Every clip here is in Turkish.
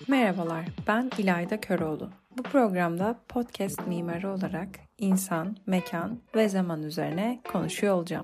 Merhabalar, ben İlayda Köroğlu. Bu programda podcast mimarı olarak insan, mekan ve zaman üzerine konuşuyor olacağım.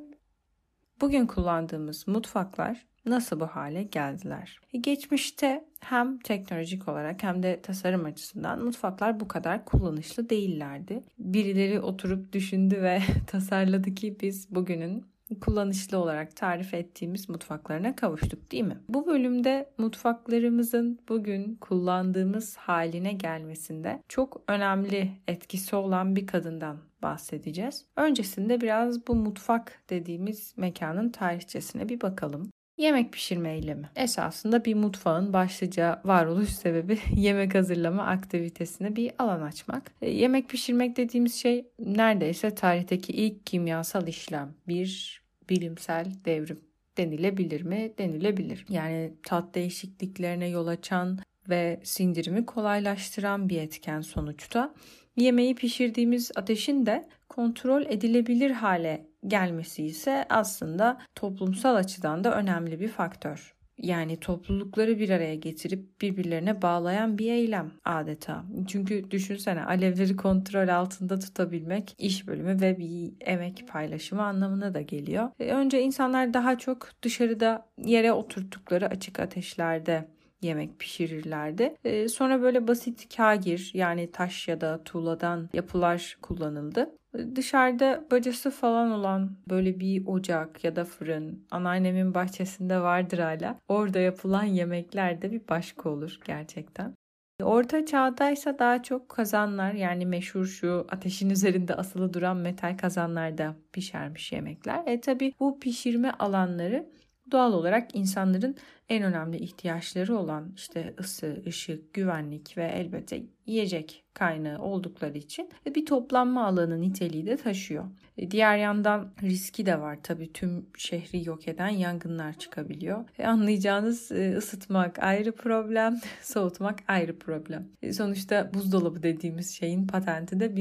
Bugün kullandığımız mutfaklar nasıl bu hale geldiler? Geçmişte hem teknolojik olarak hem de tasarım açısından mutfaklar bu kadar kullanışlı değillerdi. Birileri oturup düşündü ve tasarladı ki biz bugünün kullanışlı olarak tarif ettiğimiz mutfaklarına kavuştuk, değil mi? Bu bölümde mutfaklarımızın bugün kullandığımız haline gelmesinde çok önemli etkisi olan bir kadından bahsedeceğiz. Öncesinde biraz bu mutfak dediğimiz mekanın tarihçesine bir bakalım. Yemek pişirme eylemi. Esasında bir mutfağın başlıca varoluş sebebi yemek hazırlama aktivitesine bir alan açmak. Yemek pişirmek dediğimiz şey neredeyse tarihteki ilk kimyasal işlem, bir bilimsel devrim denilebilir mi? Denilebilir. Yani tat değişikliklerine yol açan ve sindirimi kolaylaştıran bir etken sonuçta. Yemeği pişirdiğimiz ateşin de kontrol edilebilir hale gelmesi ise aslında toplumsal açıdan da önemli bir faktör. Yani toplulukları bir araya getirip birbirlerine bağlayan bir eylem adeta. Çünkü düşünsene, alevleri kontrol altında tutabilmek iş bölümü ve bir emek paylaşımı anlamına da geliyor. Önce insanlar daha çok dışarıda yere oturttukları açık ateşlerde yemek pişirirlerdi. Sonra böyle basit kagir, yani taş ya da tuğladan yapılar kullanıldı. Dışarıda bacası falan olan böyle bir ocak ya da fırın, anneannemin bahçesinde vardır hala. Orada yapılan yemekler de bir başka olur gerçekten. Orta çağdaysa daha çok kazanlar, yani meşhur şu ateşin üzerinde asılı duran metal kazanlarda pişermiş yemekler. Tabii bu pişirme alanları doğal olarak insanların en önemli ihtiyaçları olan işte ısı, ışık, güvenlik ve elbette yiyecek kaynağı oldukları için bir toplanma alanı niteliği de taşıyor. Diğer yandan riski de var tabii, tüm şehri yok eden yangınlar çıkabiliyor. Anlayacağınız ısıtmak ayrı problem, soğutmak ayrı problem. Sonuçta buzdolabı dediğimiz şeyin patenti de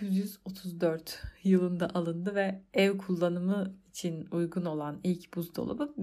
1834 yılında alındı ve ev kullanımı için uygun olan ilk buzdolabı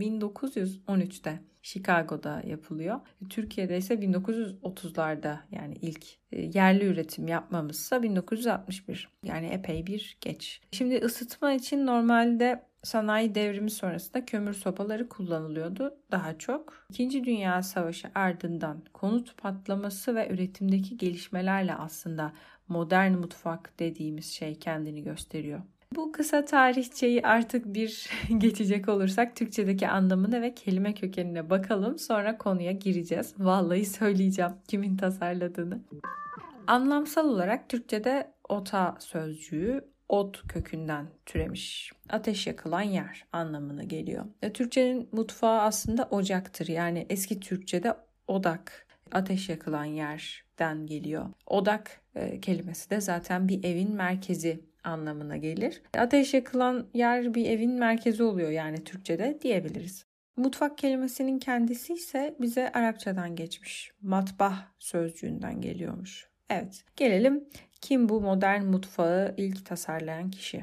1913'te Chicago'da yapılıyor. Türkiye'de ise 1930'larda, yani ilk yerli üretim yapmamızsa 1961. Yani epey bir geç. Şimdi ısıtma için normalde sanayi devrimi sonrasında kömür sobaları kullanılıyordu daha çok. İkinci Dünya Savaşı ardından konut patlaması ve üretimdeki gelişmelerle aslında modern mutfak dediğimiz şey kendini gösteriyor. Bu kısa tarihçeyi artık bir geçecek olursak Türkçedeki anlamına ve kelime kökenine bakalım. Sonra konuya gireceğiz. Vallahi söyleyeceğim kimin tasarladığını. Anlamsal olarak Türkçede ota sözcüğü ot kökünden türemiş. Ateş yakılan yer anlamına geliyor. Türkçenin mutfağı aslında ocaktır. Yani eski Türkçede odak, ateş yakılan yerden geliyor. Odak kelimesi de zaten bir evin merkezi anlamına gelir. Ateş yakılan yer bir evin merkezi oluyor yani Türkçe'de diyebiliriz. Mutfak kelimesinin kendisi ise bize Arapçadan geçmiş. Matbah sözcüğünden geliyormuş. Evet, gelelim kim bu modern mutfağı ilk tasarlayan kişi?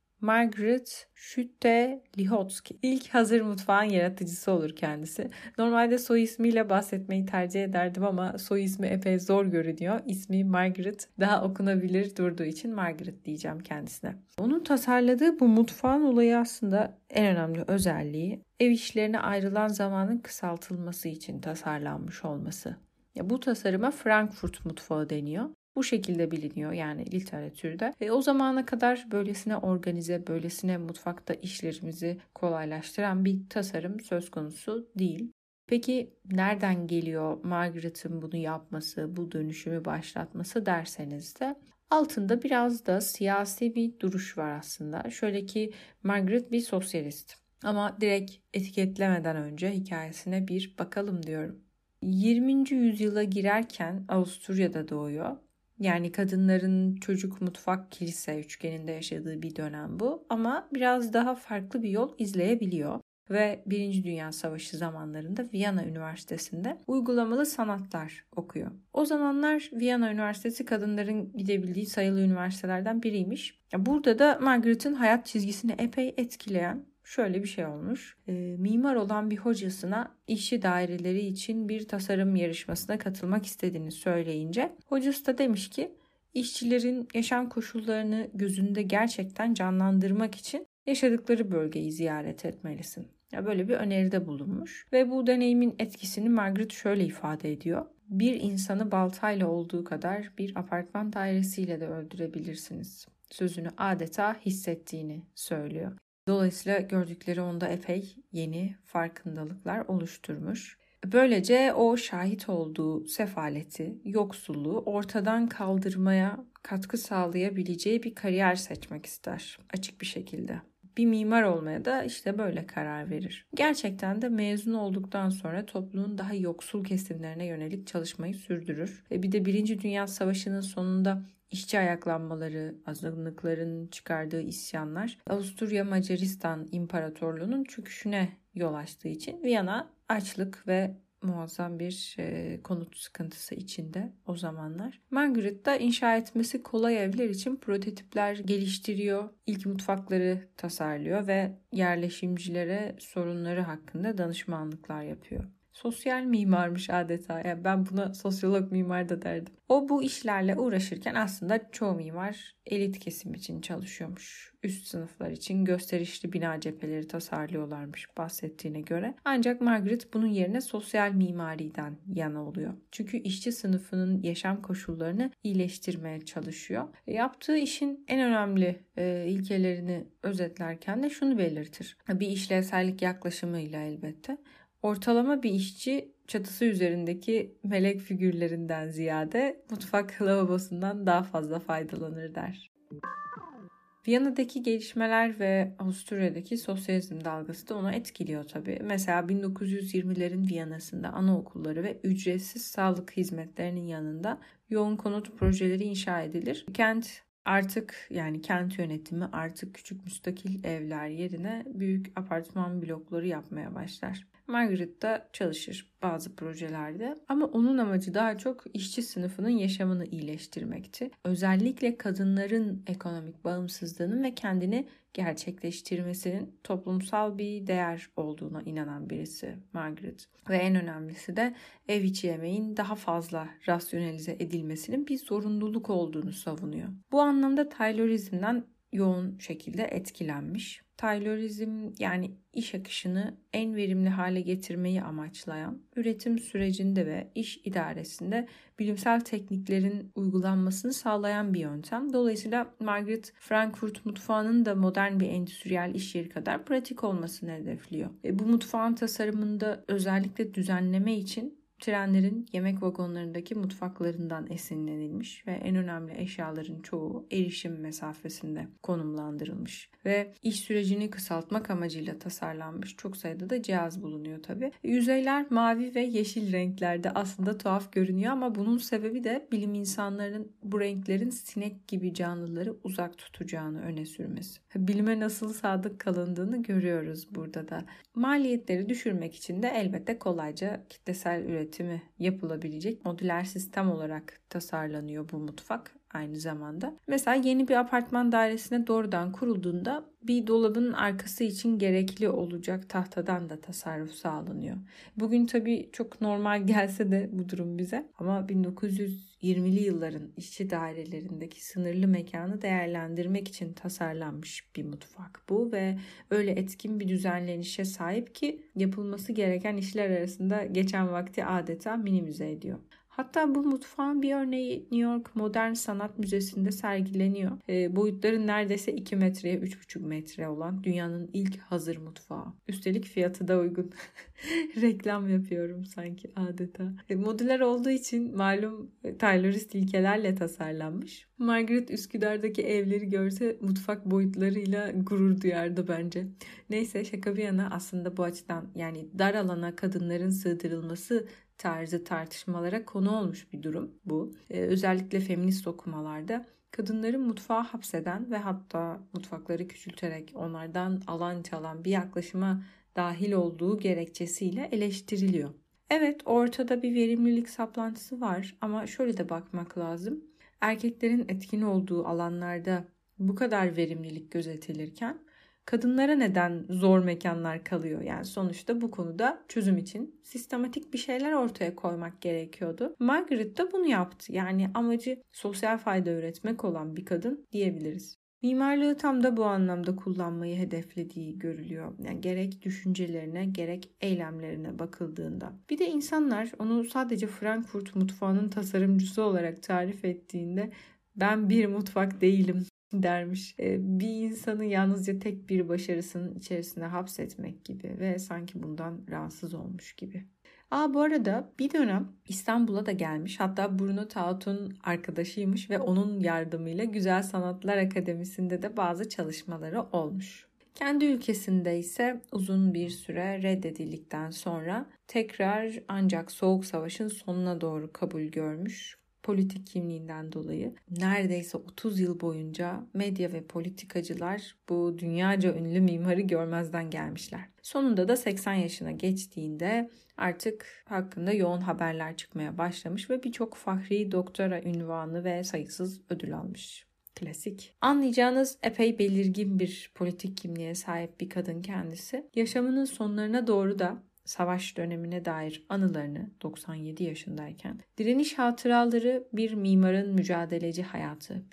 Margaret Schütte-Lihotzky. İlk hazır mutfağın yaratıcısı olur kendisi. Normalde soy ismiyle bahsetmeyi tercih ederdim ama soy ismi epey zor görünüyor. İsmi Margaret daha okunabilir durduğu için Margaret diyeceğim kendisine. Onun tasarladığı bu mutfağın olayı aslında en önemli özelliği ev işlerine ayrılan zamanın kısaltılması için tasarlanmış olması. Bu tasarıma Frankfurt mutfağı deniyor. Bu şekilde biliniyor yani literatürde. O zamana kadar böylesine organize, böylesine mutfakta işlerimizi kolaylaştıran bir tasarım söz konusu değil. Peki nereden geliyor Margaret'ın bunu yapması, bu dönüşümü başlatması derseniz de altında biraz da siyasi bir duruş var aslında. Şöyle ki Margaret bir sosyalist ama direkt etiketlemeden önce hikayesine bir bakalım diyorum. 20. yüzyıla girerken Avusturya'da doğuyor. Yani kadınların çocuk, mutfak, kilise üçgeninde yaşadığı bir dönem bu. Ama biraz daha farklı bir yol izleyebiliyor. Ve Birinci Dünya Savaşı zamanlarında Viyana Üniversitesi'nde uygulamalı sanatlar okuyor. O zamanlar Viyana Üniversitesi kadınların gidebildiği sayılı üniversitelerden biriymiş. Burada da Margaret'ın hayat çizgisini epey etkileyen şöyle bir şey olmuş. Mimar olan bir hocasına işçi daireleri için bir tasarım yarışmasına katılmak istediğini söyleyince hocası da demiş ki işçilerin yaşam koşullarını gözünde gerçekten canlandırmak için yaşadıkları bölgeyi ziyaret etmelisin. Ya böyle bir öneride bulunmuş ve bu deneyimin etkisini Margaret şöyle ifade ediyor. Bir insanı baltayla olduğu kadar bir apartman dairesiyle de öldürebilirsiniz. Sözünü adeta hissettiğini söylüyor. Dolayısıyla gördükleri onda epey yeni farkındalıklar oluşturmuş. Böylece o şahit olduğu sefaleti, yoksulluğu ortadan kaldırmaya katkı sağlayabileceği bir kariyer seçmek ister açık bir şekilde. Bir mimar olmaya da işte böyle karar verir. Gerçekten de mezun olduktan sonra toplumun daha yoksul kesimlerine yönelik çalışmayı sürdürür. Bir de Birinci Dünya Savaşı'nın sonunda işçi ayaklanmaları, azınlıkların çıkardığı isyanlar Avusturya Macaristan İmparatorluğu'nun çöküşüne yol açtığı için Viyana açlık ve muazzam bir konut sıkıntısı içinde o zamanlar. Margaret da inşa etmesi kolay evler için prototipler geliştiriyor, ilk mutfakları tasarlıyor ve yerleşimcilere sorunları hakkında danışmanlıklar yapıyor. Sosyal mimarmış adeta. Yani ben buna sosyolog mimar da derdim. O bu işlerle uğraşırken aslında çoğu mimar elit kesim için çalışıyormuş. Üst sınıflar için gösterişli bina cepheleri tasarlıyorlarmış bahsettiğine göre. Ancak Margaret bunun yerine sosyal mimariden yana oluyor. Çünkü işçi sınıfının yaşam koşullarını iyileştirmeye çalışıyor. Yaptığı işin en önemli ilkelerini özetlerken de şunu belirtir. Bir işlevsellik yaklaşımıyla elbette. Ortalama bir işçi çatısı üzerindeki melek figürlerinden ziyade mutfak lavabosundan daha fazla faydalanır der. Viyana'daki gelişmeler ve Avusturya'daki sosyalizm dalgası da onu etkiliyor tabii. Mesela 1920'lerin Viyana'sında anaokulları ve ücretsiz sağlık hizmetlerinin yanında yoğun konut projeleri inşa edilir. Kent yönetimi artık küçük müstakil evler yerine büyük apartman blokları yapmaya başlar. Margaret da çalışır bazı projelerde ama onun amacı daha çok işçi sınıfının yaşamını iyileştirmekti. Özellikle kadınların ekonomik bağımsızlığının ve kendini gerçekleştirmesinin toplumsal bir değer olduğuna inanan birisi Margaret. Ve en önemlisi de ev içi yemeğin daha fazla rasyonalize edilmesinin bir zorunluluk olduğunu savunuyor. Bu anlamda Taylorizm'den yoğun şekilde etkilenmiş. Taylorizm yani iş akışını en verimli hale getirmeyi amaçlayan, üretim sürecinde ve iş idaresinde bilimsel tekniklerin uygulanmasını sağlayan bir yöntem. Dolayısıyla Margaret Frankfurt mutfağının da modern bir endüstriyel iş yeri kadar pratik olmasını hedefliyor. Bu mutfağın tasarımında özellikle düzenleme için trenlerin yemek vagonlarındaki mutfaklarından esinlenilmiş ve en önemli eşyaların çoğu erişim mesafesinde konumlandırılmış ve iş sürecini kısaltmak amacıyla tasarlanmış çok sayıda da cihaz bulunuyor tabii. Yüzeyler mavi ve yeşil renklerde aslında tuhaf görünüyor ama bunun sebebi de bilim insanlarının bu renklerin sinek gibi canlıları uzak tutacağını öne sürmesi. Bilime nasıl sadık kalındığını görüyoruz burada da. Maliyetleri düşürmek için de elbette kolayca kitlesel üretimi yapılabilecek modüler sistem olarak tasarlanıyor bu mutfak aynı zamanda. Mesela yeni bir apartman dairesine doğrudan kurulduğunda bir dolabın arkası için gerekli olacak tahtadan da tasarruf sağlanıyor. Bugün tabii çok normal gelse de bu durum bize ama 1920'li yılların işçi dairelerindeki sınırlı mekanı değerlendirmek için tasarlanmış bir mutfak bu ve öyle etkin bir düzenlenişe sahip ki yapılması gereken işler arasında geçen vakti adeta minimize ediyor. Hatta bu mutfağın bir örneği New York Modern Sanat Müzesi'nde sergileniyor. Boyutları neredeyse 2 metreye 3,5 metre olan dünyanın ilk hazır mutfağı. Üstelik fiyatı da uygun. Reklam yapıyorum sanki adeta. Modüler olduğu için malum Taylorist ilkelerle tasarlanmış. Margaret Üsküdar'daki evleri görse mutfak boyutlarıyla gurur duyardı bence. Neyse şaka bir yana aslında bu açıdan yani dar alana kadınların sığdırılması tarzı tartışmalara konu olmuş bir durum bu. Özellikle feminist okumalarda kadınların mutfağa hapseden ve hatta mutfakları küçülterek onlardan alan çalan bir yaklaşıma dahil olduğu gerekçesiyle eleştiriliyor. Evet, ortada bir verimlilik saplantısı var ama şöyle de bakmak lazım. Erkeklerin etkin olduğu alanlarda bu kadar verimlilik gözetilirken Kadınlara neden zor mekanlar kalıyor? Yani sonuçta bu konuda çözüm için sistematik bir şeyler ortaya koymak gerekiyordu. Margaret da bunu yaptı. Yani amacı sosyal fayda üretmek olan bir kadın diyebiliriz. Mimarlığı tam da bu anlamda kullanmayı hedeflediği görülüyor. Yani gerek düşüncelerine gerek eylemlerine bakıldığında. Bir de insanlar onu sadece Frankfurt mutfağının tasarımcısı olarak tarif ettiğinde ben bir mutfak değilim dermiş. Bir insanı yalnızca tek bir başarısının içerisine hapsetmek gibi ve sanki bundan rahatsız olmuş gibi. Bu arada bir dönem İstanbul'a da gelmiş. Hatta Bruno Taut'un arkadaşıymış ve onun yardımıyla Güzel Sanatlar Akademisi'nde de bazı çalışmaları olmuş. Kendi ülkesinde ise uzun bir süre reddedildikten sonra tekrar ancak Soğuk Savaş'ın sonuna doğru kabul görmüş. Politik kimliğinden dolayı neredeyse 30 yıl boyunca medya ve politikacılar bu dünyaca ünlü mimarı görmezden gelmişler. Sonunda da 80 yaşına geçtiğinde artık hakkında yoğun haberler çıkmaya başlamış ve birçok fahri doktora unvanı ve sayısız ödül almış. Klasik. Anlayacağınız epey belirgin bir politik kimliğe sahip bir kadın kendisi. Yaşamının sonlarına doğru da savaş dönemine dair anılarını 97 yaşındayken Direniş Hatıraları Bir Mimarın Mücadeleci Hayatı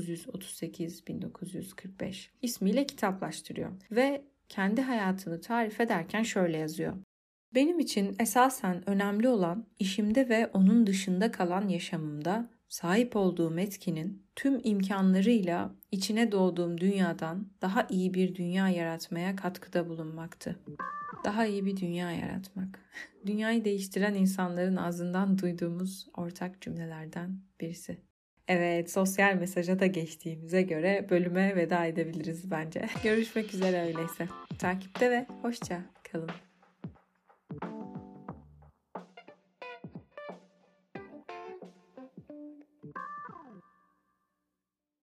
1938-1945 ismiyle kitaplaştırıyor ve kendi hayatını tarif ederken şöyle yazıyor. Benim için esasen önemli olan işimde ve onun dışında kalan yaşamımda sahip olduğum etkinin tüm imkanlarıyla içine doğduğum dünyadan daha iyi bir dünya yaratmaya katkıda bulunmaktı. Daha iyi bir dünya yaratmak. Dünyayı değiştiren insanların ağzından duyduğumuz ortak cümlelerden birisi. Evet, sosyal mesaja da geçtiğimize göre bölüme veda edebiliriz bence. Görüşmek üzere öyleyse. Takipte ve hoşça kalın.